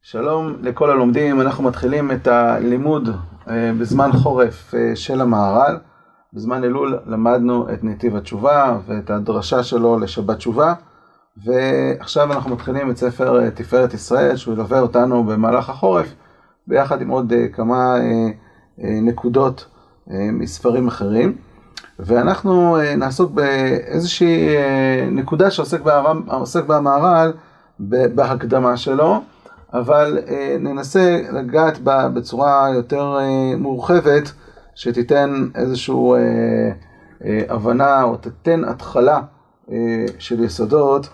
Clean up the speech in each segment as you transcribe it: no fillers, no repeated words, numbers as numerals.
שלום לכל הלומדים, אנחנו מתחילים את הלימוד בזמן חורף של המהר"ל. בזמן אלול למדנו את נתיב התשובה ואת הדרשה שלו לשבת תשובה, ועכשיו אנחנו מתחילים את ספר תפארת ישראל, שהוא ילווה אותנו במהלך החורף, ביחד עם עוד כמה נקודות מספרים אחרים. ואנחנו נעסוק באיזושהי נקודה שעוסק בה המהר"ל בהקדמה שלו, אבל ננסה לגעת בה בצורה יותר מורחבת, שתיתן איזושהי הבנה או תיתן התחלה של יסודות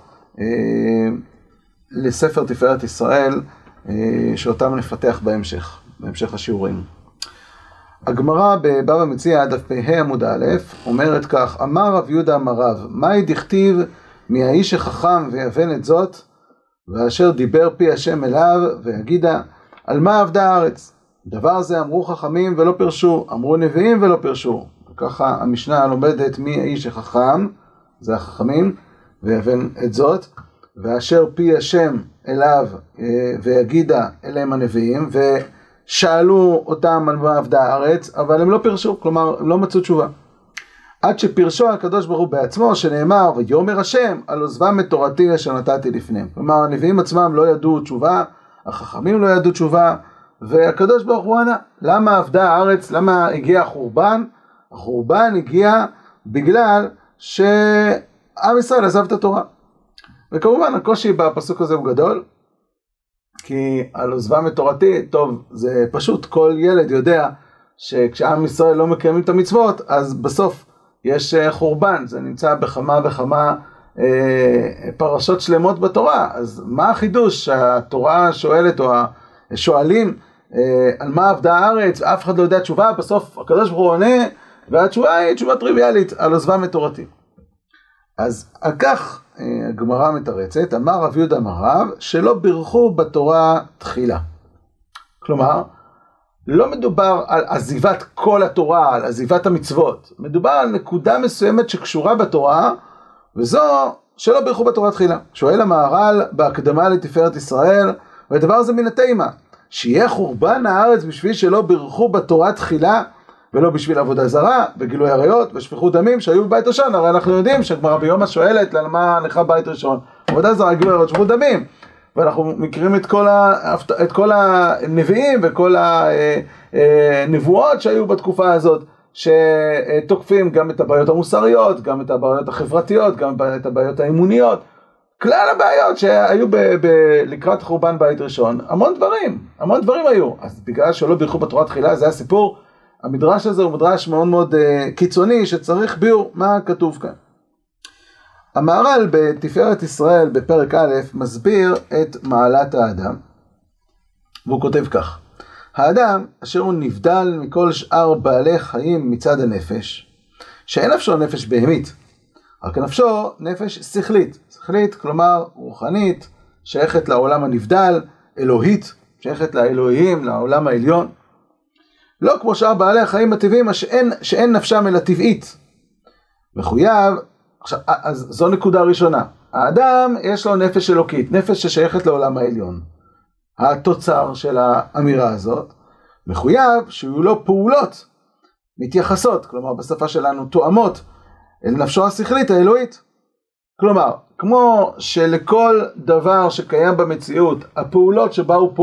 לספר תפארת ישראל, שאותם נפתח בהמשך השיעורים. הגמרא בבבא מציעא דף פ"ה עמוד א' אומרת כך: אמר רב יהודה אמר רב, מהי דכתיב מהאיש החכם ויבן את זאת, ואשר דיבר פי השם אליו ויגידה, על מה עבדה הארץ? דבר זה אמרו חכמים ולא פרשו, אמרו נביאים ולא פרשו. וככה המשנה לומדת מי האיש החכם, זה החכמים, ויבן את זאת, ואשר פי השם אליו ויגידה, אליהם הנביאים, ושאלו אותם על מה עבדה הארץ, אבל הם לא פרשו, כלומר הם לא מצאו תשובה. עד שפרשו הקדוש ברוך הוא בעצמו, שנאמר ויאמר השם על עוזבם את תורתי אשר נתתי לפניהם. כלומר הנביאים עצמם לא ידעו תשובה, החכמים לא ידעו תשובה, והקדוש ברוך הוא ענה. למה עבדה הארץ? למה הגיע החורבן? החורבן הגיע בגלל שעם ישראל עזב את התורה. וכמובן הקושי בפסוק הזה הוא גדול, כי על עוזבם את תורתי, טוב, זה פשוט, כל ילד יודע שכשעם ישראל לא מקיימים את המצוות, אז בסוף יש חורבן. זה נמצא בכמה וכמה פרשות שלמות בתורה. אז מה החידוש שהתורה שואלת, או שואלים על מה עבדה הארץ, ואף אחד לא יודע תשובה? בסוף הקדוש ברוך הוא עונה, והתשובה היא תשובה טריוויאלית, על עוזבם את תורתי. אז על כך הגמרא מתרצת, אמר רב יהודה אמר רב, שלא בירכו בתורה תחילה. כלומר, לא מדובר על עזיבת כל התורה, על עזיבת המצוות. מדובר על נקודה מסוימת שקשורה בתורה, וזו שלא בירכו בתורה תחילה. שואל המהר"ל בהקדמה לתפארת ישראל, והדבר הזה מן התימה, שיהיה חורבן הארץ בשביל שלא בירכו בתורה תחילה, ולא בשביל עבודה זרה, וגילוי עריות, ושפיכות דמים שהיו בבית ראשון. הרי אנחנו יודעים שהגמרא ביומא שואלת למה נחרב בית ראשון. עבודה זרה, גילוי עריות, שפיכות דמים. ואנחנו מכירים את כל הנביאים וכל הנבואות שהיו בתקופה הזאת, שתוקפים גם את הבעיות המוסריות, גם את הבעיות החברתיות, גם את הבעיות האמוניות, כלל הבעיות שהיו לקראת חורבן בית ראשון. המון דברים היו. אז בגלל שלא בירכו בתורה תחילה, זה הסיפור. המדרש הזה הוא מדרש מאוד מאוד קיצוני, שצריך ביור מה כתוב כאן. המהר"ל בתפארת ישראל בפרק א' מסביר את מעלת האדם, והוא כותב כך: האדם אשר הוא נבדל מכל שאר בעלי חיים מצד הנפש, שאין נפשו נפש בהמית, רק נפשו נפש שכלית, כלומר רוחנית, שייכת לעולם הנבדל, אלוהית, שייכת לאלוהים, לעולם העליון. לא כמו שאר בעלי החיים הטבעיים, שאין נפשם אלא טבעית. מחויב. עכשיו, אז זו נקודה ראשונה. האדם יש לו נפש אלוקית, נפש ששייכת לעולם העליון. התוצר של האמירה הזאת, מחויב שיהיו לו פעולות מתייחסות, כלומר בשפה שלנו תואמות, אל נפשו השכלית האלוהית. כלומר, כמו שלכל דבר שקיים במציאות, הפעולות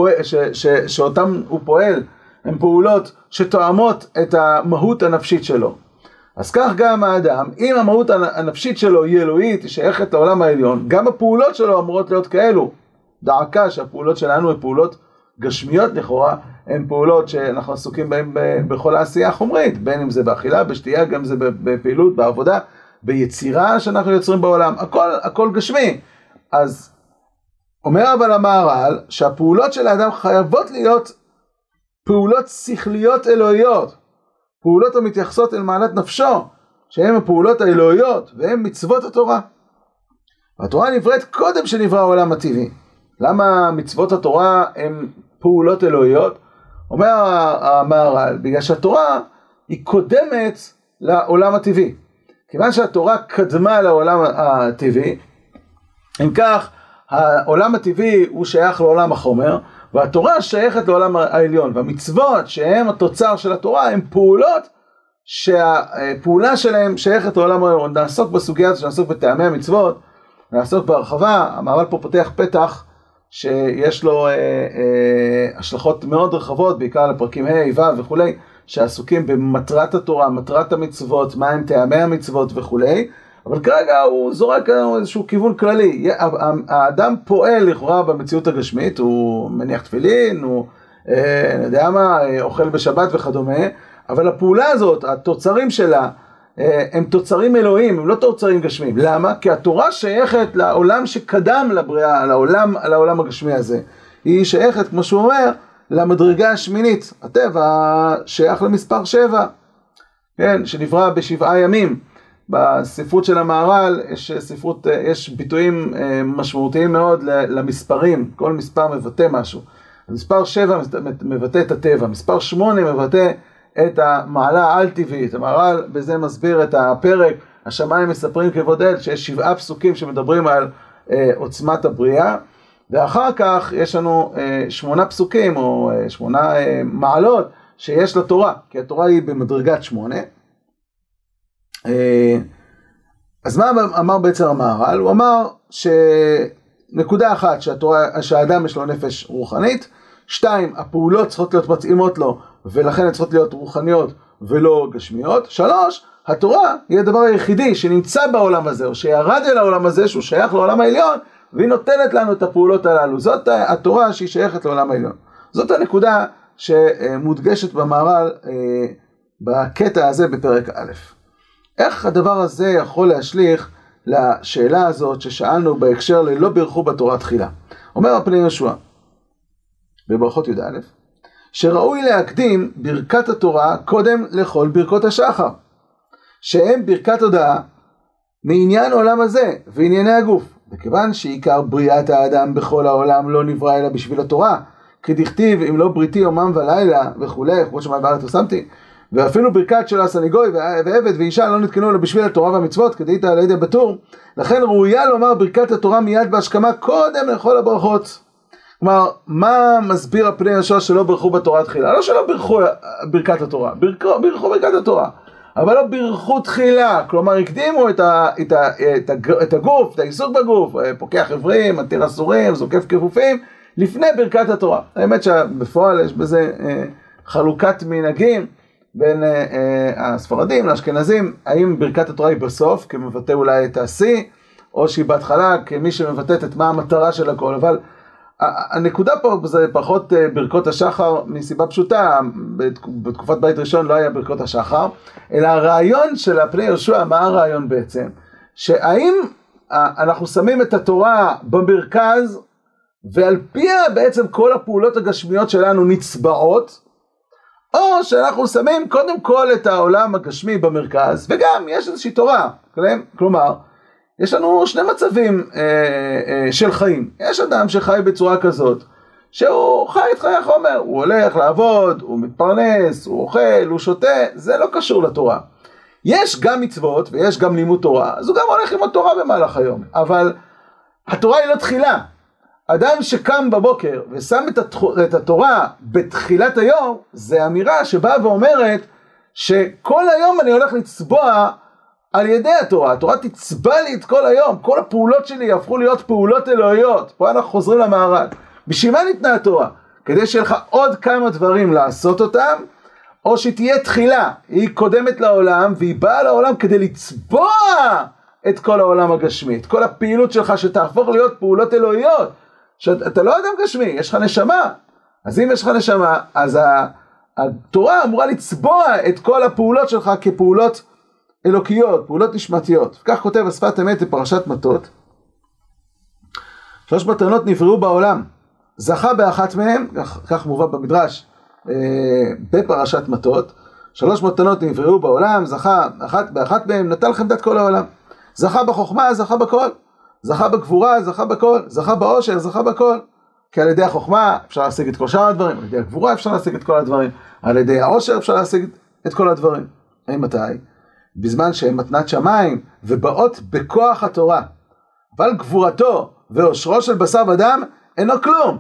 שאותם הוא פועל, הן פעולות שתואמות את המהות הנפשית שלו. אז כך גם האדם, אם המהות הנפשית שלו היא אלוהית, היא שייכת לעולם העליון, גם הפעולות שלו אמורות להיות כאלו. דעקה שהפעולות שלנו הן פעולות גשמיות לכאורה, הן פעולות שאנחנו עסוקים בהן בכל העשייה החומרית, בין אם זה באכילה, בשתייה, גם זה בפעילות, בעבודה, ביצירה שאנחנו יוצרים בעולם, הכל גשמי. אז אומר אבל המהר"ל שהפעולות של האדם חייבות להיות פעולות שכליות אלוהיות, פעולות המתייחסות אל מעלת נפשו, שהן הפעולות האלוהיות, והן מצוות התורה. והתורה נבראת קודם שנברא העולם הטבעי. למה מצוות התורה הן פעולות אלוהיות? אומר המהר"ל, בגלל שהתורה היא קודמת לעולם הטבעי. כיוון שהתורה קדמה לעולם הטבעי, אם כך, העולם הטבעי הוא שייך לעולם החומר, והתורה שייכת לעולם העליון, והמצוות שהן התוצר של התורה, הן פעולות שהפעולה שלהם שייכת לעולם העליון. נעסוק בסוגיה הזאת, נעסוק בטעמי המצוות, נעסוק בהרחבה. המהר"ל פה פותח פתח שיש לו השלכות מאוד רחבות, בעיקר לפרקים ה' ו' וכולי, שעסוקים במטרת התורה, מטרת המצוות, מהם טעמי המצוות וכולי, אבל כרגע הוא זורק איזשהו כיוון כללי. האדם פועל לכאורה במציאות הגשמית, הוא מניח תפילין, הוא אני יודע מה, אוכל בשבת וכדומה, אבל הפעולה הזאת, התוצרים שלה, הם תוצרים אלוהים, הם לא תוצרים גשמיים. למה? כי התורה שייכת לעולם שקדם לבריאה, לעולם הגשמי הזה. היא שייכת, כמו שהוא אומר, למדרגה השמינית. הטבע שייך למספר 7, כן, שנברא ב7 ימים. בספרות של המהר"ל יש ביטויים משמעותיים מאוד למספרים. כל מספר מבטא משהו. מספר 7 מבטא את הטבע, מספר 8 מבטא את המעלה העל-טבעית. המהר"ל בזה מסביר את הפרק, השמיים מספרים כבוד אל, שיש 7 פסוקים שמדברים על עוצמת הבריאה, ואחר כך יש לנו 8 פסוקים או 8 מעלות שיש לתורה, כי התורה היא במדרגת 8. אז מה אמר בעצם המהר"ל? הוא אמר שנקודה אחת, שהאדם יש לו נפש רוחנית, 2, הפעולות צריכות להיות מתאימות לו, ולכן הן צריכות להיות רוחניות ולא גשמיות. 3, התורה היא הדבר היחידי שנמצא בעולם הזה, או שירד אל העולם הזה, שהוא שייך לעולם העליון, והיא נותנת לנו את הפעולות הללו. זאת התורה שהיא שייכת לעולם העליון. זאת הנקודה שמודגשת במהר"ל בקטע הזה בפרק א'. איך הדבר הזה יכול להשליך לשאלה הזאת ששאלנו בהקשר ללא בירכו בתורה תחילה? אומר הפני יהושע בברכות י"א, שראוי להקדים ברכת התורה קודם לכל ברכות השחר, שהם ברכת הודאה מעניין העולם הזה וענייני הגוף, וכיוון שעיקר בריאת האדם בכל העולם לא נברא אלא בשביל התורה, כדכתיב אם לא בריתי יומם ולילה וכולי, כמו שמיים בארץ ושמתי, ואפילו ברכת של הסניגוי ועבד ואישה לא נתקנו אלא בשביל התורה והמצוות, כדאית על ידי בטור, לכן ראויה לומר ברכת התורה מיד בהשכמה קודם לכל הברכות. כלומר, מה מסביר הפני יהושע שלא ברכו בתורה תחילה? לא שלא ברכו ברכת התורה, ברכו ברכת התורה, אבל לא ברכו תחילה, כלומר הקדימו את הגוף, את העיסוק בגוף, פוקח עברים, מתיר אסורים, זוקף כפופים, לפני ברכת התורה. האמת שבפועל יש בזה חלוקת מנהגים בין הספרדים לאשכנזים, האם ברכת התורה היא בסוף, כמבטא אולי את השיא, או שהיא בהתחלה כמי שמבטאת את מה המטרה של הכל, אבל הנקודה פה זה פחות ברכות השחר מסיבה פשוטה, בתקופת בית ראשון לא היה ברכות השחר, אלא הרעיון של הפני יהושע, מה הרעיון בעצם? שהאם אנחנו שמים את התורה במרכז, ועל פיה בעצם כל הפעולות הגשמיות שלנו נצבעות, או שאנחנו שמים קודם כל את העולם הגשמי במרכז, וגם יש איזושהי תורה, כלומר, יש לנו 2 מצבים של חיים. יש אדם שחי בצורה כזאת, שהוא חי את חיי החומר, הוא הולך לעבוד, הוא מתפרנס, הוא אוכל, הוא שותה, זה לא קשור לתורה. יש גם מצוות ויש גם לימוד תורה, אז הוא גם הולך עם התורה במהלך היום, אבל התורה היא לא תחילה. אדם שקם בבוקר ושם את התורה בתחילת היום, זה אמירה שבאה ואומרת שכל היום אני הולך לצבוע על ידי התורה. התורה תצבע לי את כל היום, כל הפעולות שלי יהפכו להיות פעולות אלוהיות. פה אנחנו חוזרים למהר"ל. בשביל מה ניתנה התורה? כדי שיהיה לך עוד כמה דברים לעשות אותם, או שתהיה תחילה, היא קודמת לעולם, והיא באה לעולם כדי לצבוע את כל העולם הגשמי, את כל הפעילות שלך שתהפוך להיות פעולות אלוהיות. שאתה לא אדם גשמי, יש לך נשמה. אז אם יש לך נשמה, אז התורה אמורה לצבוע את כל הפעולות שלך כפעולות אלוקיות, פעולות נשמתיות. כך כותב השפת אמת בפרשת מטות. 3 מתנות נבראו בעולם, זכה באחת מהם, כך מובא במדרש בפרשת מטות, 3 מתנות נבראו בעולם, זכה באחת מהם, נתן חמדת כל העולם. זכה בחוכמה, זכה בכל. זכה בגבורה, זכה בכל. זכה בעושר, זכה בכל. כי על ידי החוכמה אפשר להשיג את כל שאר הדברים, על ידי הגבורה אפשר להשיג את כל הדברים, על ידי העושר אפשר להשיג את כל הדברים. מתי? בזמן שהן מתנת שמיים ובאות בכוח התורה, אבל גבורתו ועושרו של בשר ודם אינו כלום.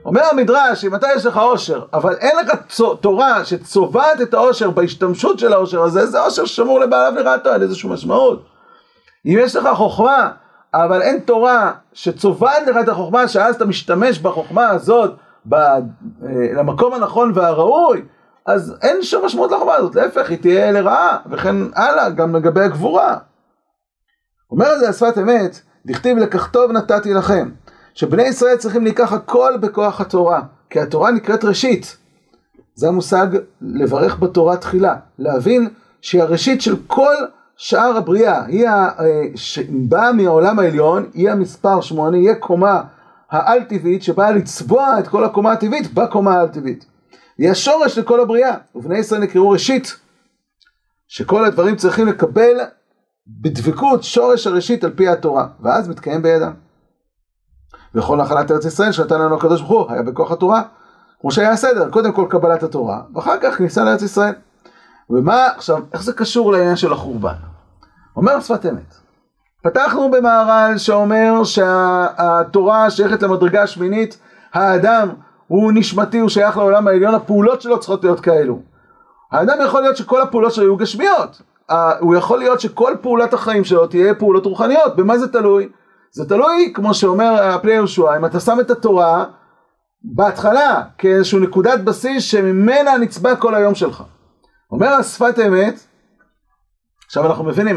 אומר המדרש, אם אתה יש לך עושר, אבל אין לך תורה שצובעת את העושר בהשתמשות של העושר הזה, זה עושר ששמור לבעליו לרעתו, אין איזושהי משמעות. אם יש לך חוכמה, אבל אין תורה שצובעת לך את החוכמה, שאז אתה משתמש בחוכמה הזאת למקום הנכון והראוי, אז אין שום משמעות לחוכמה הזאת, להפך, היא תהיה לרעה, וכן הלאה, גם לגבי הגבורה. אומר על זה השפת אמת, דכתיב לקחתו ונתתי לכם, שבני ישראל צריכים לקח הכל בכוח התורה, כי התורה נקראת ראשית. זה המושג לברך בתורה תחילה, להבין שהיא הראשית של כל שאר הבריאה, היא שבאה מהעולם העליון, היא המספר 8, היא הקומה העל-טבעית, שבאה לצבוע את כל הקומה הטבעית בקומה העל-טבעית. היא השורש לכל הבריאה, ובני ישראל נקראו ראשית, שכל הדברים צריכים לקבל בדבקות שורש הראשית על פי התורה, ואז מתקיים בידם. וכל נחלת ארץ ישראל שנתן לנו הקדוש ברוך הוא, היה בכוח התורה, כמו שהיה הסדר, קודם כל קבלת התורה, ואחר כך כניסה לארץ ישראל. ומה, עכשיו, איך זה קשור לעניין של החורבן? אומר שפת אמת. פתחנו במהר"ל שאומר שהתורה שייכת למדרגה השמינית, האדם הוא נשמתי, הוא שייך לעולם העליון, הפעולות שלו צריכות להיות כאלו. האדם יכול להיות שכל הפעולות שלו יהיו גשמיות, הוא יכול להיות שכל פעולת החיים שלו תהיה פעולות רוחניות. במה זה תלוי? זה תלוי, כמו שאומר הפני יהושע, אם אתה שם את התורה בהתחלה כאיזשהו נקודת בסיס שממנה נצבע כל היום שלך. אומר השפת אמת, עכשיו אנחנו מבינים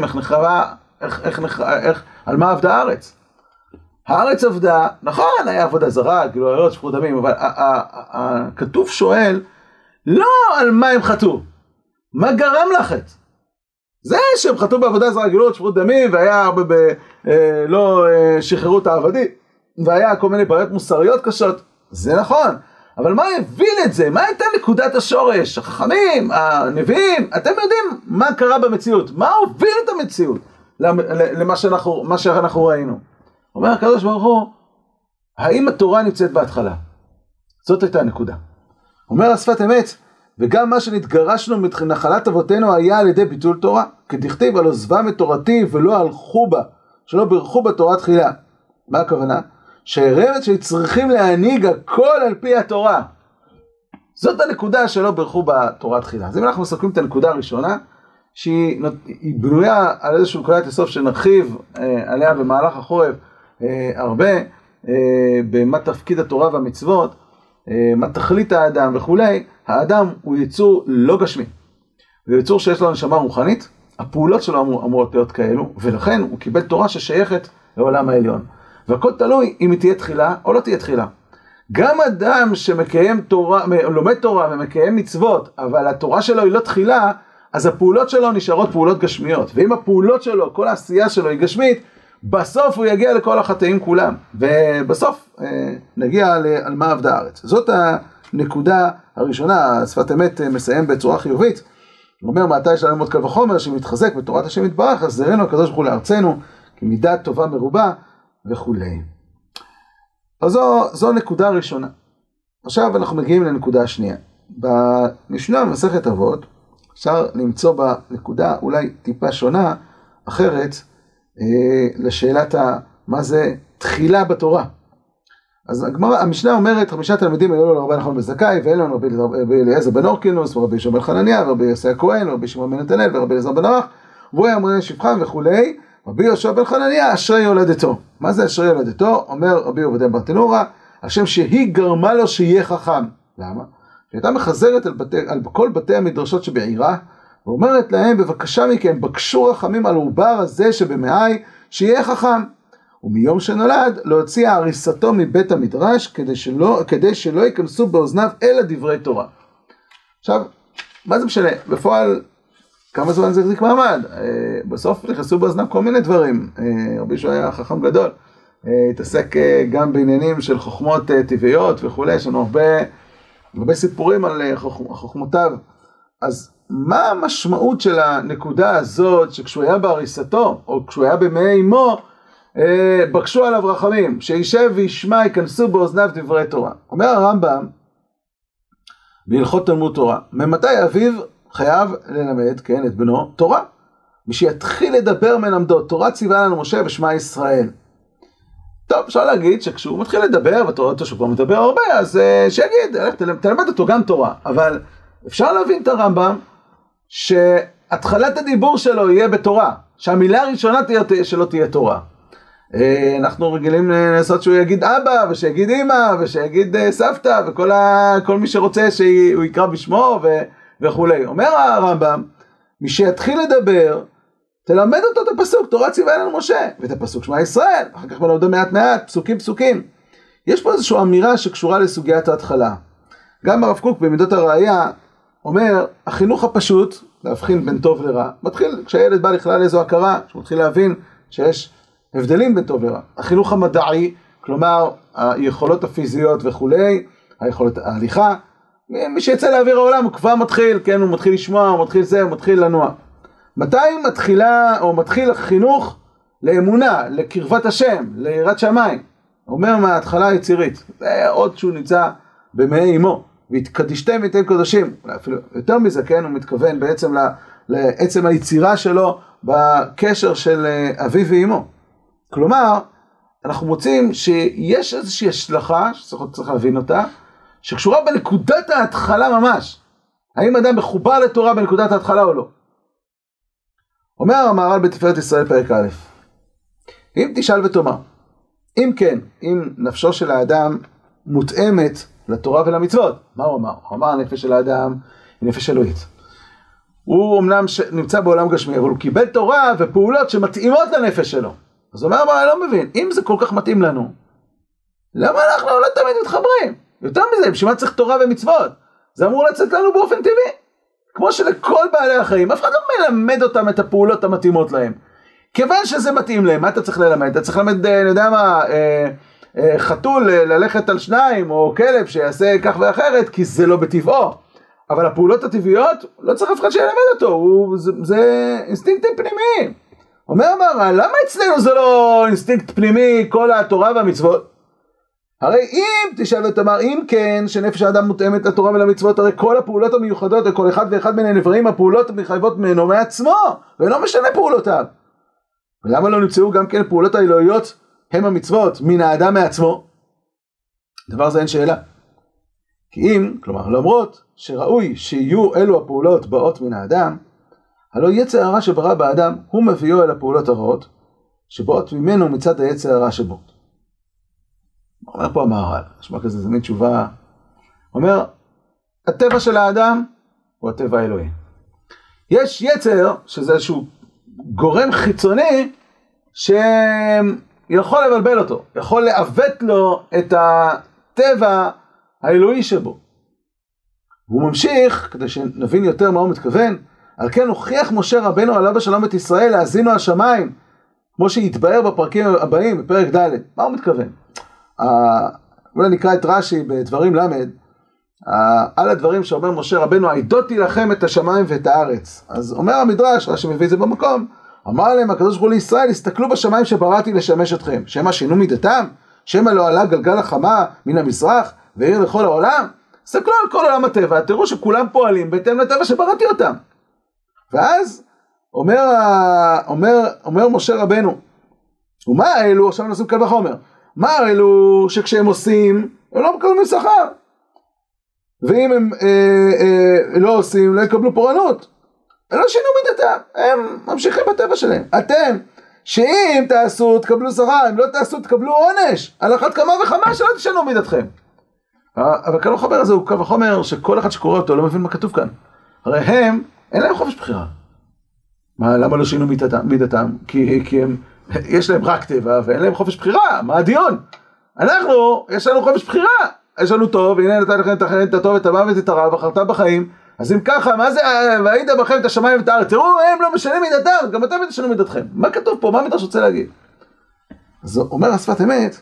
על מה עבדה הארץ. הארץ עבדה, נכון, היה עבודה זרה, כאילו היו שפכו דמים, אבל הכתוב שואל, לא על מה הם חטאו, מה גרם לחטא? זה שהם חטאו בעבודה זרה, גילו שפכו דמים, והיה הרבה לא שחררו את העבדים, והיה כל מיני בעיות מוסריות קשות, זה נכון. אבל מה הביל את זה? מה הייתה נקודת השורש? החכמים, הנביאים, אתם יודעים מה קרה במציאות? מה הוביל את המציאות למה שאנחנו ראינו? אומר הקדוש ברוך הוא, האם התורה נמצאת בהתחלה? זאת הייתה הנקודה. אומר השפת אמת, וגם מה שנתגרשנו מנחלת אבותינו היה על ידי ביטול תורה, כדכתיב על עוזבם את תורתי ולא הלכו בה, שלא ברכו בתורה תחילה. מה הכוונה? שהרמת שצריכים להנהיג הכל על פי התורה. זאת הנקודה שלא ברכו בתורה תחילה. אז אם אנחנו מסתכלים את הנקודה הראשונה, שהיא בנויה על איזושהי נקודת יסוף שנרחיב עליה במהלך החורף הרבה, במה תפקיד התורה והמצוות, מה תכלית האדם וכולי. האדם הוא יצור לא גשמי, הוא יצור שיש לו נשמה רוחנית, הפעולות שלו אמורות להיות כאלו, ולכן הוא קיבל תורה ששייכת לעולם העליון. והכל תלוי אם היא תהיה תחילה או לא תהיה תחילה. גם אדם שמקיים תורה, לומד תורה ומקיים מצוות, אבל התורה שלו היא לא תחילה, אז הפעולות שלו נשארות פעולות גשמיות. ואם הפעולות שלו, כל העשייה שלו היא גשמית, בסוף הוא יגיע לכל החטאים כולם. ובסוף נגיע על מה עבדה הארץ. זאת הנקודה הראשונה. שפת אמת מסיים בצורה חיובית. הוא אומר, מעתה יש לנו מאוד קל וחומר שמתחזק בתורת השם יתברך, אז זרנו הקדוש ברוך הוא לארצנו, כמידה טובה מרובה וכולי. אז זו נקודה ראשונה. עכשיו אנחנו מגיעים לנקודה השנייה. במשנה במסכת אבות, אפשר למצוא בנקודה אולי טיפה שונה, אחרת, לשאלת מה זה תחילה בתורה. אז המשנה אומרת, 5 תלמידים היו לו לרבי נחמן בן זכאי, ואין לנו רבי אליעזר בן הורקנוס, ורבי שמעון בן חנניה, ורבי יוסי הכהן, ורבי שמעון בן נתנאל, ורבי אליעזר בן ערך, והוא היה אמרי שבחם וכולי. רבי יהושע בן חנניה, אשרי יולדתו. מה זה אשרי יולדתו? אומר רבי עובדיה ברטנורה, השם שהיא גרמה לו שיהיה חכם. למה? שהייתה מחזרת על כל בתי המדרשות שבעירה, ואומרת להם, בבקשה מכם, בקשו רחמים על העובר הזה שבמעי, שיהיה חכם. ומיום שנולד, להוציא הריסתו מבית המדרש, כדי שלא ייכנסו באוזניו אלא דברי תורה. עכשיו, מה זה משנה? בפועל, כמה זמן זה החזיק מעמד? בסוף נכנסו באוזניו כל מיני דברים. רבי יהושע היה חכם גדול. התעסק גם בעניינים של חוכמות טבעיות וכולי. יש לנו הרבה סיפורים על חוכמותיו. אז מה המשמעות של הנקודה הזאת, שכשהוא היה בהריסתו, או כשהוא היה במעי אמו, בקשו עליו רחמים, שישב וישמע, ייכנסו באוזניו דברי תורה. אומר הרמב"ם, בהלכות תלמוד תורה, ממתי אביו חייב ללמד, כן, את בנו, תורה? מי שיתחיל לדבר מלמדו, תורה ציווה לנו משה ושמע ישראל. טוב, אפשר להגיד שכשהוא מתחיל לדבר, ואתה רואה אותו שהוא כבר מדבר הרבה, אז שיגיד, תלמד אותו גם תורה. אבל אפשר להבין את הרמב"ם, שהתחלת הדיבור שלו יהיה בתורה, שהמילה הראשונה שלו תהיה תורה. אנחנו רגילים לעשות שהוא יגיד אבא, ושיגיד אמא, ושיגיד סבתא, וכל מי שרוצה שהוא יקרא בשמו וכו'. אומר הרמב"ם, מי שיתחיל לדבר, תלמד אותו את הפסוק, תורה ציווה לנו משה, ואת הפסוק שמע ישראל, אחר כך בלמדו מעט מעט, פסוקים. יש פה איזושהי אמירה שקשורה לסוגיית ההתחלה. גם הרב קוק במידות הראייה אומר, החינוך הפשוט, להבחין בין טוב לרע, מתחיל כשהילד בא לכלל איזו הכרה, שהוא מתחיל להבין שיש הבדלים בין טוב לרע. החינוך המדעי, כלומר היכולות הפיזיות וכולי, היכולת ההליכה, מי שיצא לאוויר העולם הוא כבר מתחיל, כן, הוא מתחיל לשמוע, הוא מתחיל זה, הוא מתחיל לנוע. מתי מתחיל החינוך לאמונה, לקרבת השם, ליראת שמיים? אומר מההתחלה היצירית, זה עוד שהוא נמצא במעי אמו, והתקדישתם ואתם קדושים, אפילו יותר מזה, כן, הוא מתכוון בעצם לעצם היצירה שלו בקשר של אביו ואמו. כלומר, אנחנו מוצאים שיש איזושהי השלכה, שצריך להבין אותה, שקשורה בנקודת ההתחלה ממש. האם אדם מחובר לתורה בנקודת ההתחלה או לא? אומר המהר"ל בתפארת ישראל פרק א', אם תשאל ותאמר, אם כן, אם נפשו של האדם מותאמת לתורה ולמצוות, מה הוא אמר? הוא אמר הנפש של האדם היא נפש אלוהית. הוא אמנם נמצא בעולם גשמי, אבל הוא קיבל תורה ופעולות שמתאימות לנפש שלו. אז הוא אומר, אבל אני לא מבין, אם זה כל כך מתאים לנו, למה אנחנו לא תמיד מתחברים? יותר מזה, בשביל מה צריך תורה ומצוות? זה אמור לצאת לנו באופן טבעי. כמו שלכל בעלי החיים, אף אחד לא מלמד אותם את הפעולות המתאימות להם. כיוון שזה מתאים להם, מה אתה צריך ללמד? אתה צריך ללמד, אני יודע מה, חתול ללכת על שניים, או כלב שיעשה כך ואחרת, כי זה לא בטבעו. אבל הפעולות הטבעיות, לא צריך אף אחד שילמד אותו, זה אינסטינקטים פנימיים. אומר, למה אצלנו זה לא אינסטינקט פנימי, כל התורה והמצוות? הרי אם תשאל ותאמר, אם כן, שנפש האדם מותאמת לתורה ולמצוות, הרי כל הפעולות המיוחדות, כל אחד ואחד מן הנבראים, הפעולות המחייבות ממנו מעצמו, ולא משנה פעולותיו. ולמה לא נמצאו גם כן פעולות האלוהיות, הם המצוות, מן האדם מעצמו? דבר זה אין שאלה. כי אם, כלומר, למרות שראוי שיהיו אלו הפעולות באות מן האדם, הלא יצר הרע שברא באדם, הוא מביאו אל הפעולות הרעות, שבאות ממנו מצד היצר הרע שבו. אומר פה המהר"ל, נשמע כזה זמין תשובה, אומר, הטבע של האדם הוא הטבע האלוהי. יש יצר, שזה איזשהו גורם חיצוני, שיכול לבלבל אותו, יכול לעוות לו את הטבע האלוהי שבו. והוא ממשיך, כדי שנבין יותר מה הוא מתכוון, על כן הוכיח משה רבנו עליו השלום את ישראל להאזינו השמיים, כמו שיתבהר בפרקים הבאים, בפרק ד'. מה הוא מתכוון? אולי נקרא את רש"י בדברים למד, על הדברים שאומר משה רבנו, עידותי לכם את השמיים ואת הארץ. אז אומר המדרש, רש"י מביא את זה במקום, אמר להם הקדוש ברוך הוא לישראל, הסתכלו בשמיים שבראתי לשמש אתכם, שמא שינו מידתם, שמא לא עלה גלגל החמה מן המזרח והעיר לכל העולם. הסתכלו על כל עולם הטבע, תראו שכולם פועלים בהתאם לטבע שבראתי אותם. ואז אומר משה רבנו, ומה האלו, עכשיו נשים קל וחומר, מה האלו שכשהם עושים, הם לא מקבלים שכר, ואם הם לא עושים, לא יקבלו פורענות, הם לא שינו מידתם, הם ממשיכים בטבע שלהם. אתם, שאם תעשו, תקבלו שכר, אם לא תעשו, תקבלו עונש, על אחת כמה וכמה שלא תשנו מידתכם. אבל קל וחומר הזה הוא קל וחומר שכל אחד שקורא אותו לא מבין מה כתוב כאן. הרי הם, אין להם חופש בחירה. למה לא שינו מידתם? כי יש להם רק טבע ואין להם חופש בחירה. מה הדיון? יש לנו חופש בחירה. יש לנו טוב, והנה נתן לכם את הטוב, את המוות, את הרע, וחרת בחיים. אז אם ככה, מה זה, והיית בכם את השמיים ואת הארץ? תראו, הם לא משנים מידתם, גם אתם תשנו מידתכם. מה כתוב פה? מה המדרש רוצה להגיד? אז אומר השפת אמת,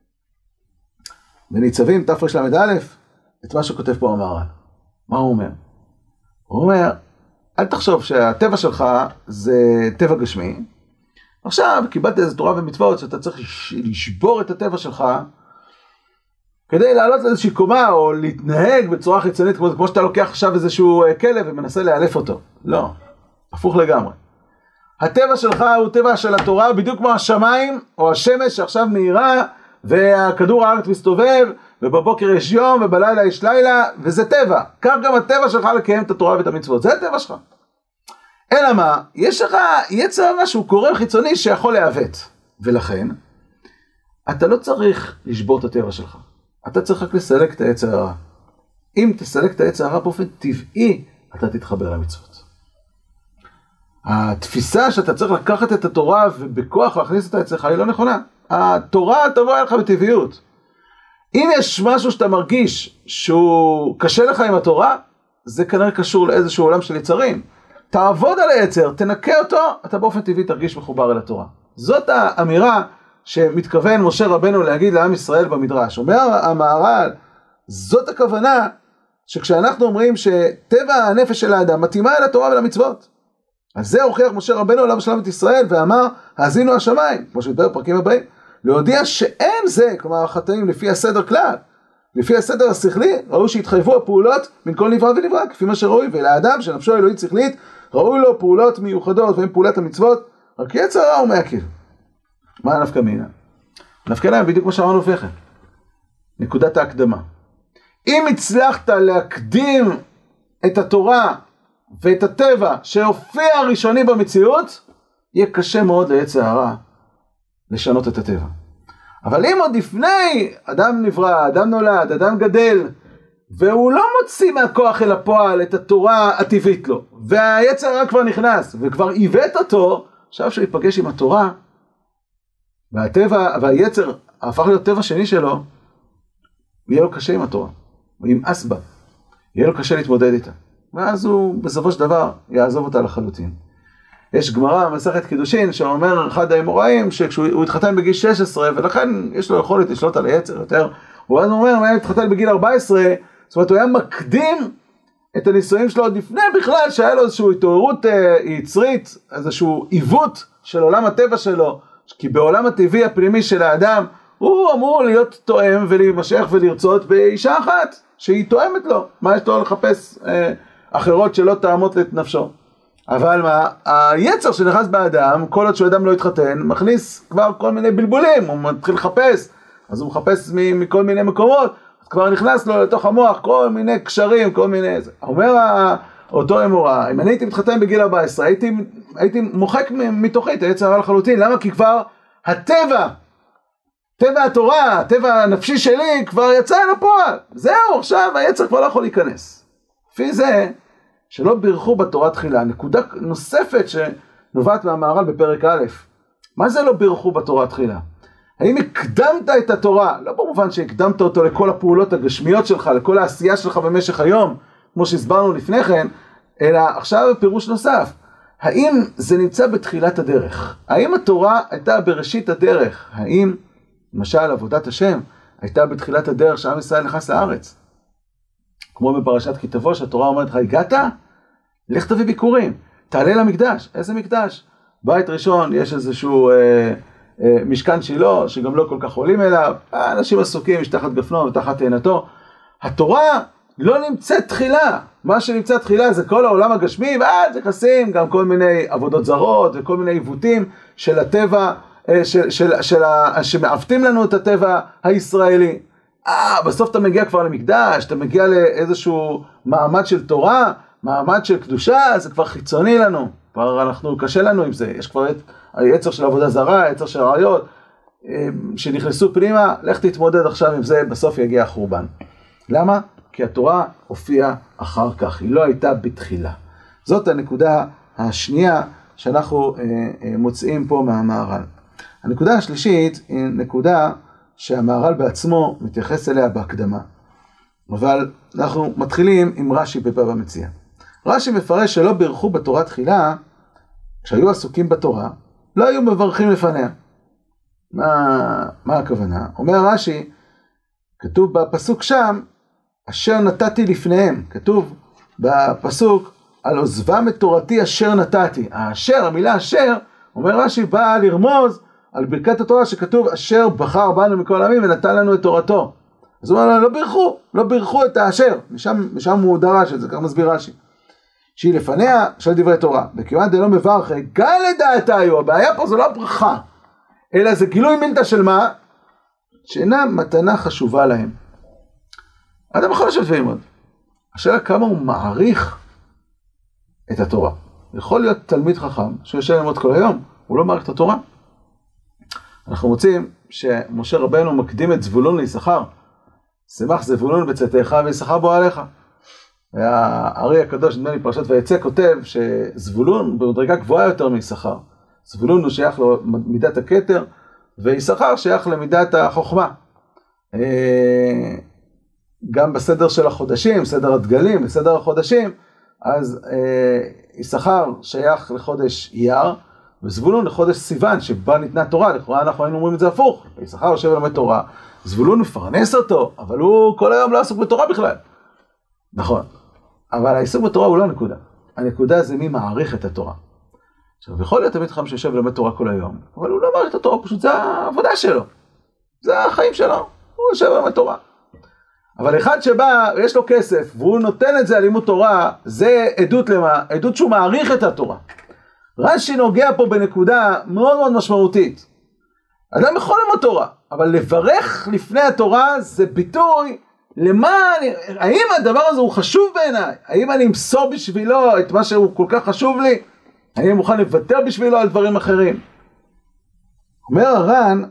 בניצבים תרל"א, את מה שכותב פה המהר"ל. מה הוא אומר? הוא אומר, אל תחשוב שהטבע שלך זה טבע גשמי. עכשיו קיבלת איזו תורה ומצוות שאתה צריך לשבור את הטבע שלך כדי לעלות לאיזושהי קומה או להתנהג בצורה חיצונית, כמו שאתה לוקח עכשיו איזשהו כלב ומנסה לאלף אותו. לא, הפוך לגמרי. הטבע שלך הוא טבע של התורה, בדיוק כמו השמיים או השמש שעכשיו מאירה, והכדור הארץ מסתובב, ובבוקר יש יום ובלילה יש לילה, וזה טבע. כך גם הטבע שלך לקיים את התורה ואת המצוות, זה הטבע שלך. אלא מה? יש לך יצר הרע שהוא גורם חיצוני שיכול לעוות, ולכן אתה לא צריך לשבור את הטבע שלך, אתה צריך רק לסלק את היצר הרע. אם תסלק את היצר הרע באופן טבעי, אתה תתחבר למצוות. התפיסה שאתה צריך לקחת את התורה ובכוח להכניס אותה אצלך היא לא נכונה. התורה תבוא אליך בטבעיות. אם יש משהו שאתה מרגיש שהוא קשה לך עם התורה, זה כנראה קשור לאיזשהו עולם של יצרים. תעבוד על היצר, תנקה אותו, אתה באופן טבעי תרגיש מחובר אל התורה. זאת האמירה שמתכוון משה רבנו להגיד לעם ישראל במדרש. אומר המהר"ל, זאת הכוונה שכשאנחנו אומרים שטבע הנפש של האדם מתאימה אל התורה ולמצוות. אז זה הוכיח משה רבנו עליו השלם את ישראל ואמר, האזינו השמיים, כמו שדיבר בפרקים הבאים, להודיע שאין זה, כלומר החטאים לפי הסדר כלל, לפי הסדר השכלי, ראוי שהתחייבו הפעולות מן כל נברא ונברא, כפי מה שראוי, ולאדם שנפשו אלוהית שכלית, ראוי לו פעולות מיוחדות, והן פעולת המצוות, רק יצר רע ומעכב. מה הנפקא מינה? נפקא להם בדיוק כמו שאמרנו לפני כן. נקודת ההקדמה. אם הצלחת להקדים את התורה ואת הטבע שהופיע ראשוני במציאות, יהיה קשה מאוד ליצר הרע לשנות את הטבע. אבל אם עוד לפני אדם נברא, אדם נולד, אדם גדל, והוא לא מוציא מהכוח אל הפועל את התורה הטבעית לו, והיצר הרע כבר נכנס וכבר עיוות אותו, עכשיו שהוא ייפגש עם התורה, והיצר הפך להיות טבע שני שלו, יהיה לו קשה עם התורה, הוא ימאס בה, יהיה לו קשה להתמודד איתה, ואז הוא בסופו של דבר יעזוב אותה לחלוטין. יש גמרא במסכת קידושין שאומר אחד האמוראים שכשהוא התחתן בגיל 16 ולכן יש לו יכולת לשלוט על היצר יותר, הוא אז אומר, הוא היה התחתן בגיל 14, זאת אומרת הוא היה מקדים את הנישואים שלו עוד לפני בכלל שהיה לו איזושהי התעוררות יצרית, איזשהו עיוות של עולם הטבע שלו, כי בעולם הטבעי הפנימי של האדם הוא אמור להיות תואם ולהימשך ולרצות באישה אחת שהיא תואמת לו, מה יש לו לחפש אחרות שלא תאמות את נפשו. אבל מה, היצר שנכנס באדם, כל עוד שהוא אדם לא התחתן, מכניס כבר כל מיני בלבולים, הוא מתחיל לחפש, אז הוא מחפש מכל מיני מקומות, אז כבר נכנס לו לתוך המוח כל מיני קשרים, כל מיני... אומר אותו אמורה, אם אני הייתי מתחתן בגיל 14, הייתי מוחק מתוכי את היצר הרע לחלוטין, למה? כי כבר הטבע, טבע התורה, הטבע הנפשי שלי כבר יצא אל הפועל, זהו, עכשיו היצר כבר לא יכול להיכנס. לפי זה, שלא בירכו בתורה תחילה, נקודה נוספת שנובעת מהמהר"ל בפרק א', מה זה לא בירכו בתורה תחילה? האם הקדמת את התורה, לא במובן שהקדמת אותו לכל הפעולות הגשמיות שלך, לכל העשייה שלך במשך היום, כמו שהסברנו לפני כן, אלא עכשיו פירוש נוסף, האם זה נמצא בתחילת הדרך? האם התורה הייתה בראשית הדרך? האם, למשל, עבודת השם הייתה בתחילת הדרך שעם ישראל נכנס לארץ? כמו בפרשת כי תבוא, שהתורה אומרת לך, הגעת? לך תביא ביקורים, תעלה למקדש. איזה מקדש? בית ראשון יש איזשהו משכן שילה, שגם לא כל כך עולים אליו, אנשים עסוקים, יש תחת גפנו ותחת תאנתו. התורה לא נמצאת תחילה, מה שנמצא תחילה זה כל העולם הגשמי, ואז נכנסים גם כל מיני עבודות זרות, וכל מיני עיוותים של הטבע, שמעוותים לנו את הטבע הישראלי. בסוף אתה מגיע כבר למקדש, אתה מגיע לאיזשהו מעמד של תורה, מעמד של קדושה, זה כבר חיצוני לנו, כבר אנחנו קשה לנו עם זה, יש כבר את היצר של עבודה זרה, היצר של עריות, שנכנסו פנימה, לך תתמודד עכשיו עם זה, בסוף יגיע החורבן. למה? כי התורה הופיעה אחר כך, היא לא הייתה בתחילה. זאת הנקודה השנייה שאנחנו מוצאים פה מהמהר"ל. הנקודה השלישית היא נקודה שהמהר"ל בעצמו מתייחס אליה בהקדמה. אבל אנחנו מתחילים עם רש"י בבבא מציעא. רש"י מפרש שלא בירכו בתורה תחילה, כשהיו עסוקים בתורה, לא היו מברכים לפניה. מה הכוונה? אומר רש"י, כתוב בפסוק שם, אשר נתתי לפניהם. כתוב בפסוק, על עוזבם את תורתי אשר נתתי. האשר, המילה אשר, אומר רש"י, באה לרמוז על ברכת התורה שכתוב, אשר בחר בנו מכל העמים ונתן לנו את תורתו. אז הוא אומר, לא בירכו את האשר, משם הוא דרש את זה, כך מסביר רש"י. שהיא לפניה של דברי תורה. וכיוון דלא מברך, גל לדעתה היו, הבעיה פה זה לא ברכה, אלא זה גילוי מילתא של מה? שאינה מתנה חשובה להם. אדם יכול לשבת וללמוד. השאלה כמה הוא מעריך את התורה. יכול להיות תלמיד חכם שיושב ללמוד כל היום, הוא לא מעריך את התורה. אנחנו מוצאים שמשה רבנו מקדים את זבולון ליששכר. שמח זבולון בצאתך ויששכר בוא עליך. והארי הקדוש, נדמה לי פרשת ויצא, כותב שזבולון במדרגה גבוהה יותר מיששכר. זבולון הוא שייך למידת הכתר, ויששכר שייך למידת החוכמה. גם בסדר של החודשים, סדר הדגלים, בסדר החודשים, אז יששכר שייך לחודש אייר, וזבולון לחודש סיוון, שבה ניתנה תורה. לכאורה אנחנו היינו אומרים את זה הפוך. יששכר יושב ולומד תורה, זבולון מפרנס אותו, אבל הוא כל היום לא עסוק בתורה בכלל. נכון. אבל העיסוק בתורה הוא לא הנקודה. הנקודה זה מי מעריך את התורה. עכשיו, יכול להיות תמיד חכם שיושב ולומד תורה כל היום, אבל הוא לא מעריך את התורה, פשוט זה העבודה שלו. זה החיים שלו. הוא יושב ולומד תורה. אבל אחד שבא, יש לו כסף, והוא נותן את זה על לימוד תורה, זה עדות למה? עדות שהוא מעריך את התורה. רש"י נוגע פה בנקודה מאוד מאוד משמעותית. אדם יכול ללמוד תורה, אבל לברך לפני התורה זה ביטוי למה, האם הדבר הזה הוא חשוב בעיניי? האם אני אמסור בשבילו את מה שהוא כל כך חשוב לי? האם אני מוכן לוותר בשבילו על דברים אחרים? אומר הר"ן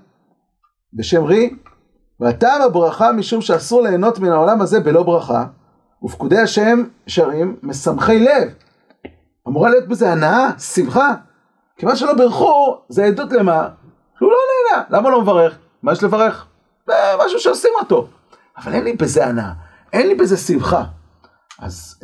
בשם רי, והטעם הברכה משום שאסור ליהנות מן העולם הזה בלא ברכה, ופקודי השם שרים משמחי לב. אמורה להיות בזה הנאה, שמחה. כיוון שלא ברכו, זה עדות למה? שהוא לא נהנה. למה לא מברך? מה יש לברך? זה משהו שעושים אותו. אבל אין לי בזה הנאה, אין לי בזה שמחה. אז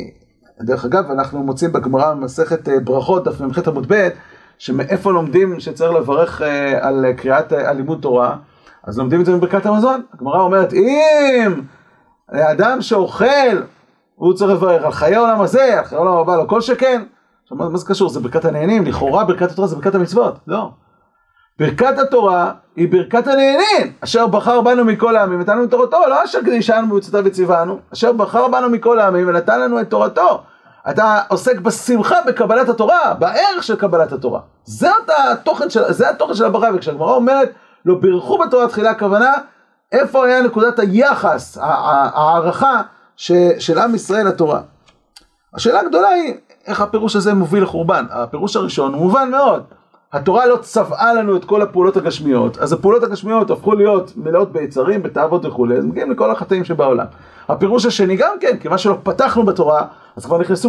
דרך אגב, אנחנו מוצאים בגמרא במסכת ברכות, דף מ"ח עמוד ב', שמאיפה לומדים שצריך לברך על קריאת לימוד תורה, אז לומדים את זה בברכת המזון. הגמרא אומרת, אם האדם שאוכל, הוא צריך לברך על חיי העולם הזה, על חיי העולם הבא, לא כל שכן. עכשיו, מה זה קשור? זה ברכת הנהנים. לכאורה ברכת התורה זה ברכת המצוות. לא. ברכת התורה היא ברכת הנהנים. אשר בחר בנו מכל העמים ונתן לנו את תורתו. לא אשר קדישנו במצוותיו וציוונו. אשר בחר בנו מכל העמים ונתן לנו את תורתו. אתה עוסק בשמחה בקבלת התורה, בערך של קבלת התורה. זה התוכן של הברכה. וכשהגמרא אומרת, לא בירכו בתורה תחילה, הכוונה, איפה היה נקודת היחס, הערכה של עם ישראל לתורה. השאלה הגדולה היא, איך הפירוש הזה מוביל לחורבן? הפירוש הראשון הוא מובן מאוד. התורה לא צבעה לנו את כל הפעולות הגשמיות, אז הפעולות הגשמיות הפכו להיות מלאות ביצרים, בתאוות וכו', אז מגיעים לכל החטאים שבעולם. הפירוש השני גם כן, כי מה שלא פתחנו בתורה, אז כבר נכנסו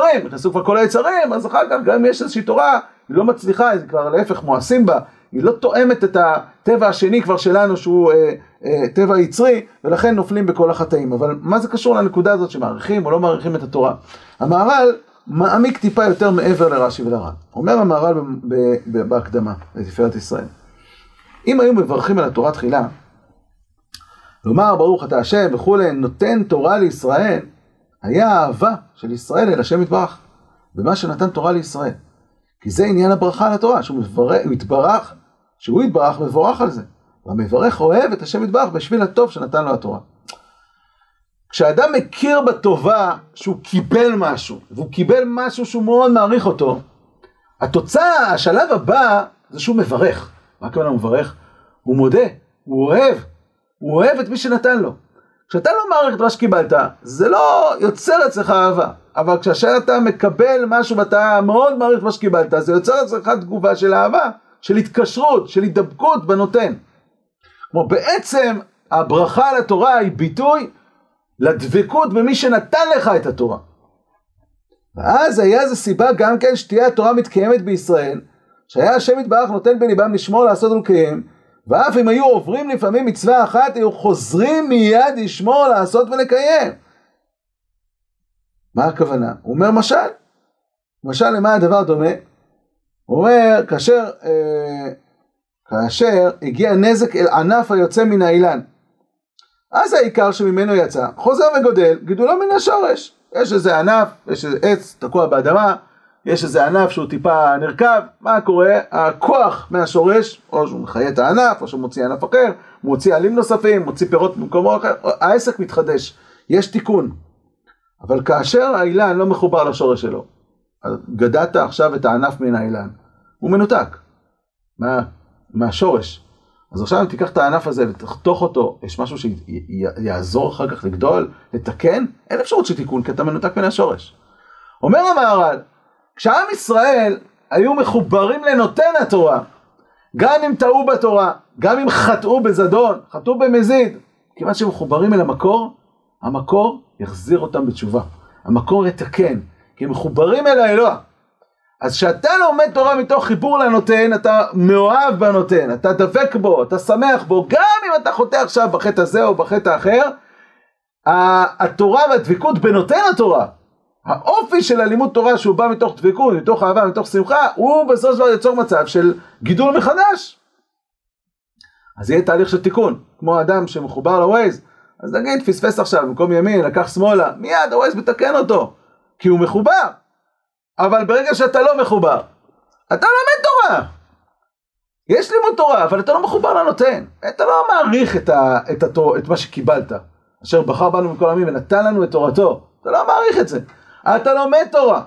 כל היצרים, אז אחר כך גם אם יש איזושהי תורה, היא לא מצליחה, היא כבר להפך מואסים בה, היא לא תואמת את הטבע השני כבר שלנו, שהוא טבע יצרי, ולכן נופלים בכל החטאים. אבל מה זה קשור לנקודה הזאת שמעריכים או לא מעריכים את התורה? המהר"ל מעמיק טיפה יותר מעבר לרש"י ולר"ן. אומר המהר"ל בהקדמה לתפארת ישראל, אם היו מברכים על התורה תחילה, לומר ברוך אתה השם וכולי, נותן תורה לישראל, היה האהבה של ישראל אל השם יתברך, במה שנתן תורה לישראל. כי זה עניין הברכה על התורה, שהוא יתברך, שהוא יתברך מבורך על זה. והמברך אוהב את השם יתברך בשביל הטוב שנתן לו התורה. כשאדם מכיר בטובה שהוא קיבל משהו, והוא קיבל משהו שהוא מאוד מעריך אותו, התוצאה, השלב הבא, זה שהוא מברך. מה הכוונה הוא מברך? הוא מודה, הוא אוהב את מי שנתן לו. כשאתה לא מעריך את מה שקיבלת, זה לא יוצר אצלך אהבה. אבל כשאתה מקבל משהו ואתה מאוד מעריך את מה שקיבלת, זה יוצר אצלך תגובה של אהבה, של התקשרות, של הידבקות בנותן. כמו בעצם הברכה על התורה היא ביטוי לדבקות במי שנתן לך את התורה. ואז היה זו סיבה גם כן שתהיה התורה מתקיימת בישראל, שהיה השם יתברך נותן בליבם לשמור, לעשות ולקיים, ואף אם היו עוברים לפעמים מצווה אחת, היו חוזרים מיד לשמור, לעשות ולקיים. מה הכוונה? הוא אומר משל למה הדבר דומה? הוא אומר, כאשר הגיע נזק אל ענף היוצא מן האילן, אז העיקר שממנו יצא, חוזר וגודל, גידולו מן השורש. יש איזה ענף, יש איזה עץ תקוע באדמה, יש איזה ענף שהוא טיפה נרכב, מה קורה? הכוח מהשורש, או שהוא מחיה את הענף, או שהוא מוציא ענף אחר, מוציא עלים נוספים, מוציא פירות במקומו אחר, העסק מתחדש, יש תיקון. אבל כאשר האילן לא מחובר לשורש שלו, גדעת עכשיו את הענף מן האילן, הוא מנותק מהשורש. אז עכשיו אם תיקח את הענף הזה ותחתוך אותו, יש משהו שיעזור אחר כך לגדול, לתקן, אין אפשרות שתיקון, כי אתה מנותק מן השורש. אומר המהר"ל, כשעם ישראל היו מחוברים לנותן התורה, גם אם טעו בתורה, גם אם חטאו בזדון, חטאו במזיד, כיוון שהם מחוברים אל המקור, המקור יחזיר אותם בתשובה. המקור יתקן, כי הם מחוברים אל האלוה. אז כשאתה לומד תורה מתוך חיבור לנותן, אתה מאוהב בנותן, אתה דבק בו, אתה שמח בו, גם אם אתה חוטא עכשיו בחטא הזה או בחטא האחר, התורה והדבקות בנותן התורה, האופי של הלימוד תורה שהוא בא מתוך דבקות, מתוך אהבה, מתוך שמחה, הוא בסופו של דבר יצור מצב של גידול מחדש. אז יהיה תהליך של תיקון, כמו אדם שמחובר לווייז, אז נגיד פספס עכשיו, במקום ימין, לקח שמאלה, מיד הווייז מתקן אותו, כי הוא מחובר. אבל ברגע שאתה לא מחובר, אתה לומד תורה. יש לימוד תורה, אבל אתה לא מחובר לנותן. אתה לא מעריך את מה שקיבלת, אשר בחר בנו מכל עמים ונתן לנו את תורתו. אתה לא מעריך את זה. אתה לומד תורה.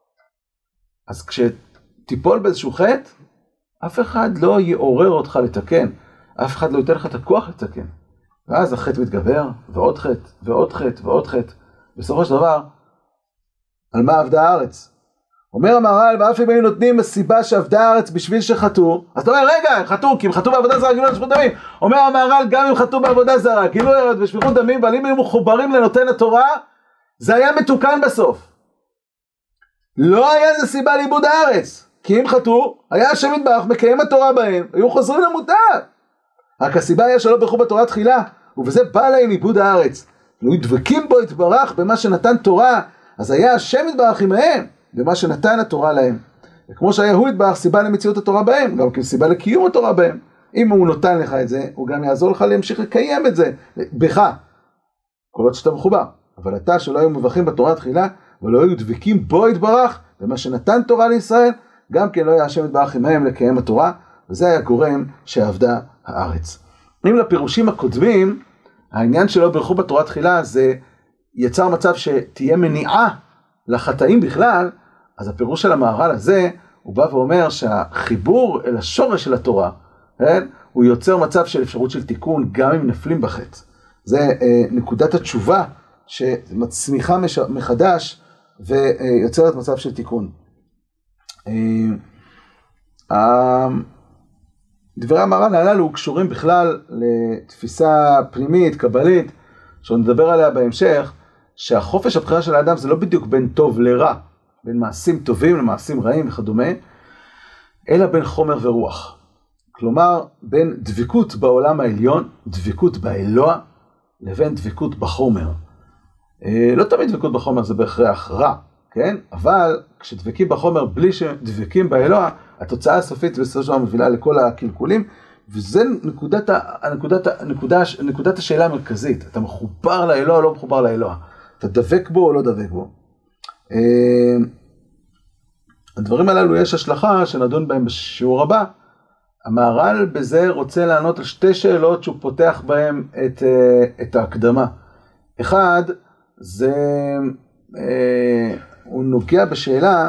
אז כשתיפול באיזשהו חטא, אף אחד לא יעורר אותך לתקן. אף אחד לא ייתן לך את הכוח לתקן. ואז החטא מתגבר, ועוד חטא, ועוד חטא, ועוד חטא. בסופו של דבר, על מה עבדה הארץ? אומר המהר"ל, ואף אם היו נותנים הסיבה שעבדה הארץ בשביל שחטאו, אז אתה אומר, רגע, הם חטאו, כי הם חטאו בעבודה זרה, גילו לשפיכות דמים. אומר המהר"ל, גם אם חטאו בעבודה זרה, גילו לשפיכות דמים, אבל אם היו מחוברים לנותן התורה, זה היה מתוקן בסוף. לא היה זה סיבה לאיבוד הארץ, כי אם חטאו, היה השם יתברך מקיים התורה בהם, היו חוזרים למוטב. רק הסיבה היה שלא ברכו בתורה תחילה, ובזה בא להם איבוד הארץ. היו דבקים בו יתברך במה שנתן תורה, אז היה השם יתברך עמהם, במה שנתן התורה להם. וכמו שהיה הוא יתברך סיבה למציאות התורה בהם, גם כסיבה לקיום התורה בהם. אם הוא נותן לך את זה, הוא גם יעזור לך להמשיך לקיים את זה, בך. כל עוד שאתה מחובר. אבל אתה שלא היו מברכים בתורה תחילה, ולא היו דבקים בו יתברך, במה שנתן תורה לישראל, גם כן לא היה השם יתברך עמהם לקיים התורה, וזה היה גורם שעבדה הארץ. אם לפירושים הקודמים, העניין שלא ברכו בתורה תחילה, זה יצר מצב שתהיה מניעה לחטאים בכלל, אז הפירוש של המהר"ל הזה, הוא בא ואומר שהחיבור אל השורש של התורה, הוא יוצר מצב של אפשרות של תיקון, גם אם נפלים בחטא. זה נקודת התשובה שמצמיחה מחדש ויוצרת מצב של תיקון. דברי המהר"ל הללו קשורים בכלל לתפיסה פנימית, קבלית, שנדבר עליה בהמשך, שהחופש הבחירה של האדם זה לא בדיוק בין טוב לרע, בין מעשים טובים למעשים רעים וכדומה, אלא בין חומר ורוח. כלומר, בין דבקות בעולם העליון, דבקות באלוה, לבין דבקות בחומר. לא תמיד דבקות בחומר זה בהכרח רע, כן? אבל כשדבקים בחומר בלי שדבקים באלוה, התוצאה הסופית בסופו של דבר מובילה לכל הקלקולים, וזה נקודת השאלה המרכזית. אתה מחובר לאלוה או לא מחובר לאלוה? אתה דבק בו או לא דבק בו? הדברים הללו יש השלכה שנדון בהם בשיעור הבא. המהר"ל בזה רוצה לענות על שתי שאלות שהוא פותח בהם את ההקדמה. אחד, זה הוא נוגע בשאלה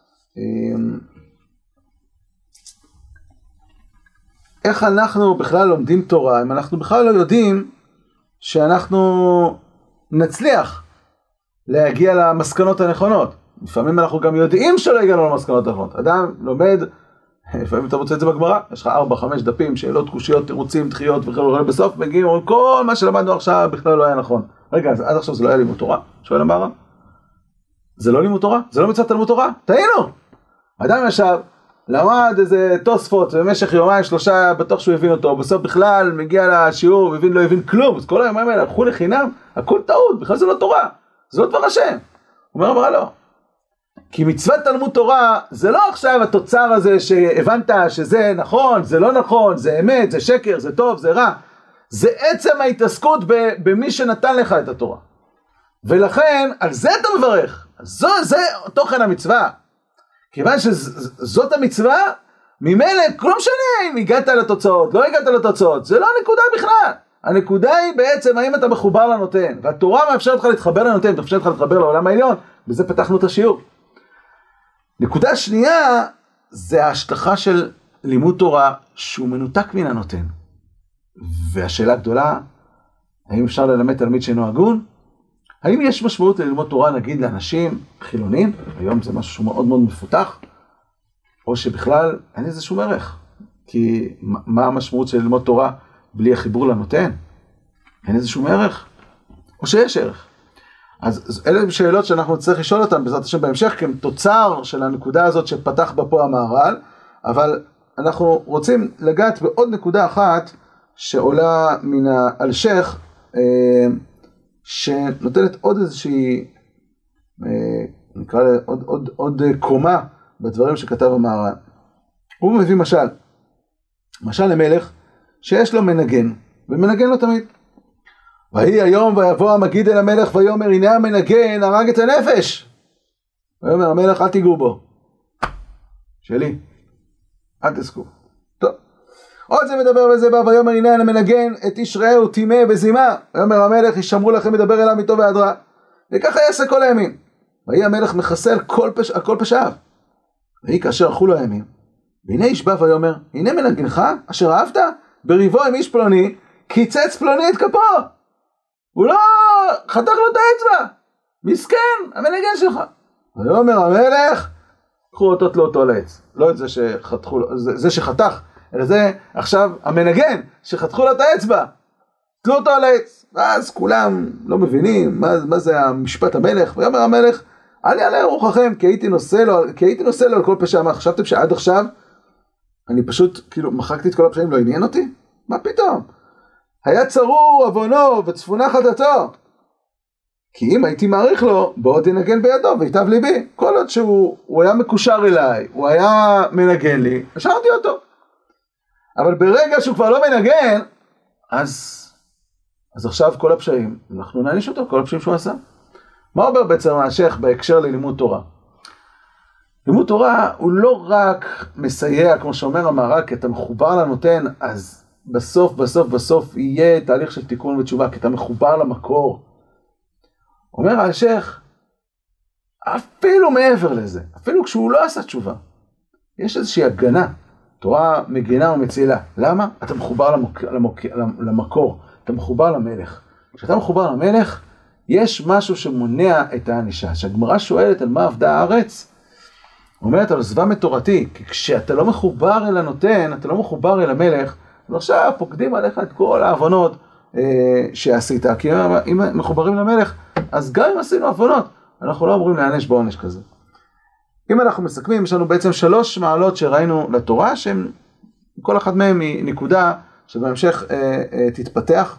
איך אנחנו בכלל לומדים תורה, אם אנחנו בכלל לא יודעים שאנחנו נצליח להגיע למסקנות הנכונות. לפעמים אנחנו גם יודעים שלא הגענו למסקנות הנכונות. אדם לומד, לפעמים אתה מוצא את זה בגמרא, יש לך 4-5 דפים, שאלות, קושיות, תירוצים, דחיות וכו', בסוף מגיעים, כל מה שלמדנו עכשיו בכלל לא היה נכון. רגע, אז עד עכשיו זה לא היה לימוד תורה? שואל המהר"ל. זה לא לימוד תורה? זה לא מצוות תלמוד תורה? טעינו! אדם ישב, למד איזה תוספות, במשך 2-3 בטוח שהוא הבין אותו, בסוף בכלל מגיע לשיעור, לא הבין כלום, אז כל הימים האלה הלכו לחינם, הכל טעות, בכלל זה לא תורה, זה לא דבר השם. הוא אומר לא. כי מצוות תלמוד תורה, זה לא עכשיו התוצר הזה שהבנת שזה נכון, זה לא נכון, זה אמת, זה שקר, זה טוב, זה רע. זה עצם ההתעסקות במי שנתן לך את התורה. ולכן, על זה אתה מברך. זה תוכן המצווה. כיוון שזאת המצווה, ממילא, לא משנה אם הגעת לתוצאות, לא הגעת לתוצאות, זה לא הנקודה בכלל. הנקודה היא בעצם האם אתה מחובר לנותן, והתורה מאפשרת לך להתחבר לנותן, מאפשרת לך להתחבר לעולם העליון, בזה פתחנו את השיעור. נקודה שנייה, זה ההשלכה של לימוד תורה שהוא מנותק מן הנותן. והשאלה הגדולה, האם אפשר ללמד תלמיד שאינו הגון? האם יש משמעות ללמוד תורה נגיד לאנשים חילונים? היום זה משהו שהוא מאוד מאוד מפותח, או שבכלל אין לזה שום ערך. כי מה המשמעות של ללמוד תורה בלי החיבור לנותן? אין לזה שום ערך? או שיש ערך? אז אלה שאלות שאנחנו צריך לשאול אותן בעזרת השם בהמשך, כתוצר של הנקודה הזאת שפתח בה פה המהר"ל, אבל אנחנו רוצים לגעת בעוד נקודה אחת שעולה מן האלשך, שנותנת עוד איזושהי, נקרא לה עוד קומה בדברים שכתב המהר"ל. הוא מביא משל למלך שיש לו מנגן, ומנגן לו תמיד. ויהי היום ויבוא המגיד אל המלך ויאמר הנה המנגן הרג את הנפש. ויאמר המלך אל תיגעו בו. שלי, אל תסקו. טוב. עוד זה מדבר בזה בא ויאמר הנה המנגן את איש רעהו טימא בזימה. ויאמר המלך ישמרו לכם מדבר אליו איתו בהדרה. וככה יעשה כל הימים. ויהי המלך מכסה על כל פשעיו. ויהי כאשר הלכו לו הימים. והנה איש בא ויאמר הנה מנגנך אשר אהבת בריבו עם איש פלוני קיצץ פלוני את כפו. הוא לא חתך לו את האצבע. מסכן, המנגן שלך. ויאמר המלך, קחו אותו תלו אותו על העץ. לא את זה שחתכו לו, זה שחתך, אלא זה עכשיו המנגן שחתכו לו את האצבע. תלו אותו על העץ. ואז כולם לא מבינים מה זה המשפט המלך. ויאמר המלך, אל יעלה רוחכם, כי הייתי נושא לו על כל פשע. מה, חשבתם שעד עכשיו אני פשוט כאילו מחקתי את כל הפשעים, לא עניין אותי? מה פתאום? היה צרור עוונו וצפונה חטאתו. כי אם הייתי מעריך לו, בוא תנגן בידו ויטב ליבי. כל עוד שהוא היה מקושר אליי, הוא היה מנגן לי, השארתי אותו. אבל ברגע שהוא כבר לא מנגן, אז עכשיו כל הפשעים, אנחנו נעניש אותו, כל הפשעים שהוא עשה. מה אומר בעצם השייח בהקשר ללימוד תורה? לימוד תורה הוא לא רק מסייע, כמו שאומר המהר"ל, כי אתה מחובר לנותן, אז בסוף יהיה תהליך של תיקון ותשובה, כי אתה מחובר למקור. אומר השייח, אפילו מעבר לזה, אפילו כשהוא לא עשה תשובה, יש איזושהי הגנה, תורה מגינה ומצילה. למה? אתה מחובר למקור, אתה מחובר למלך. כשאתה מחובר למלך, יש משהו שמונע את הענישה. כשהגמרא שואלת על מה עבדה הארץ, אומרת על עזבם את תורתי, כי כשאתה לא מחובר אל הנותן, אתה לא מחובר אל המלך, ועכשיו פוקדים עליך את כל העוונות שעשית, כי אם מחוברים למלך, אז גם אם עשינו עוונות, אנחנו לא אמורים להיענש בעונש כזה. אם אנחנו מסכמים, יש לנו בעצם 3 מעלות שראינו לתורה, שהן כל אחת מהן היא נקודה שבהמשך תתפתח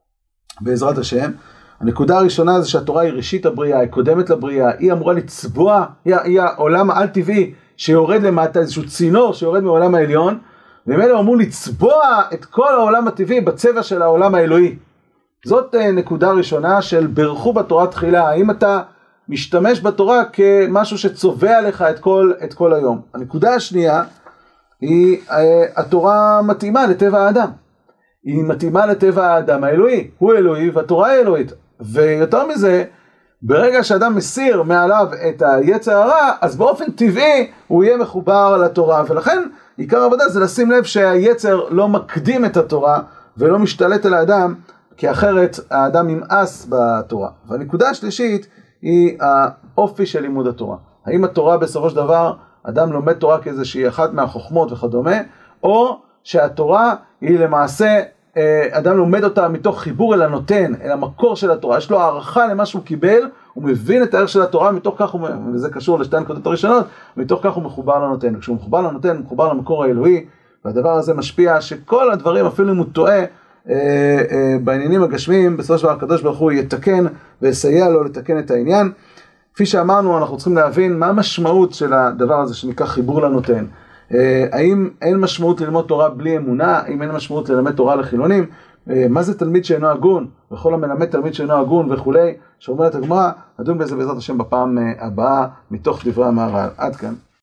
בעזרת השם. הנקודה הראשונה זה שהתורה היא ראשית הבריאה, היא קודמת לבריאה, היא אמורה לצבוע, היא העולם העל-טבעי שיורד למטה, איזשהו צינור שיורד מעולם העליון, וממילא הוא אמור לצבוע את כל העולם הטבעי בצבע של העולם האלוהי. זאת נקודה ראשונה של ברכו בתורה תחילה. האם אתה משתמש בתורה כמשהו שצובע לך את כל היום. הנקודה השנייה היא התורה מתאימה לטבע האדם. היא מתאימה לטבע האדם האלוהי. הוא אלוהי והתורה היא אלוהית. ויותר מזה, ברגע שאדם מסיר מעליו את היצר הרע, אז באופן טבעי הוא יהיה מחובר לתורה. ולכן עיקר העבודה זה לשים לב שהיצר לא מקדים את התורה ולא משתלט על האדם, כי אחרת האדם ימאס בתורה. והנקודה השלישית היא האופי של לימוד התורה. האם התורה בסופו של דבר, אדם לומד תורה כאיזושהי אחת מהחוכמות וכדומה, או שהתורה היא למעשה, אדם לומד אותה מתוך חיבור אל הנותן, אל המקור של התורה, יש לו הערכה למה שהוא קיבל, הוא מבין את הערך של התורה, מתוך כך, וזה קשור לשתי הנקודות הראשונות, מתוך כך הוא מחובר לנותן. וכשהוא מחובר לנותן, הוא מחובר למקור האלוהי, והדבר הזה משפיע שכל הדברים, אפילו אם הוא טועה, בעניינים הגשמיים, בסופו של דבר הקדוש ברוך הוא יתקן ויסייע לו לתקן את העניין. כפי שאמרנו, אנחנו צריכים להבין מה המשמעות של הדבר הזה שנקרא חיבור לנותן. האם אין משמעות ללמוד תורה בלי אמונה? האם אין משמעות ללמד תורה לחילונים? מה זה תלמיד שאינו הגון? וכל המלמד תלמיד שאינו הגון וכולי, שאומרת הגמרא, נדון בזה בעזרת השם בפעם הבאה מתוך דברי המהר"ל. עד כאן.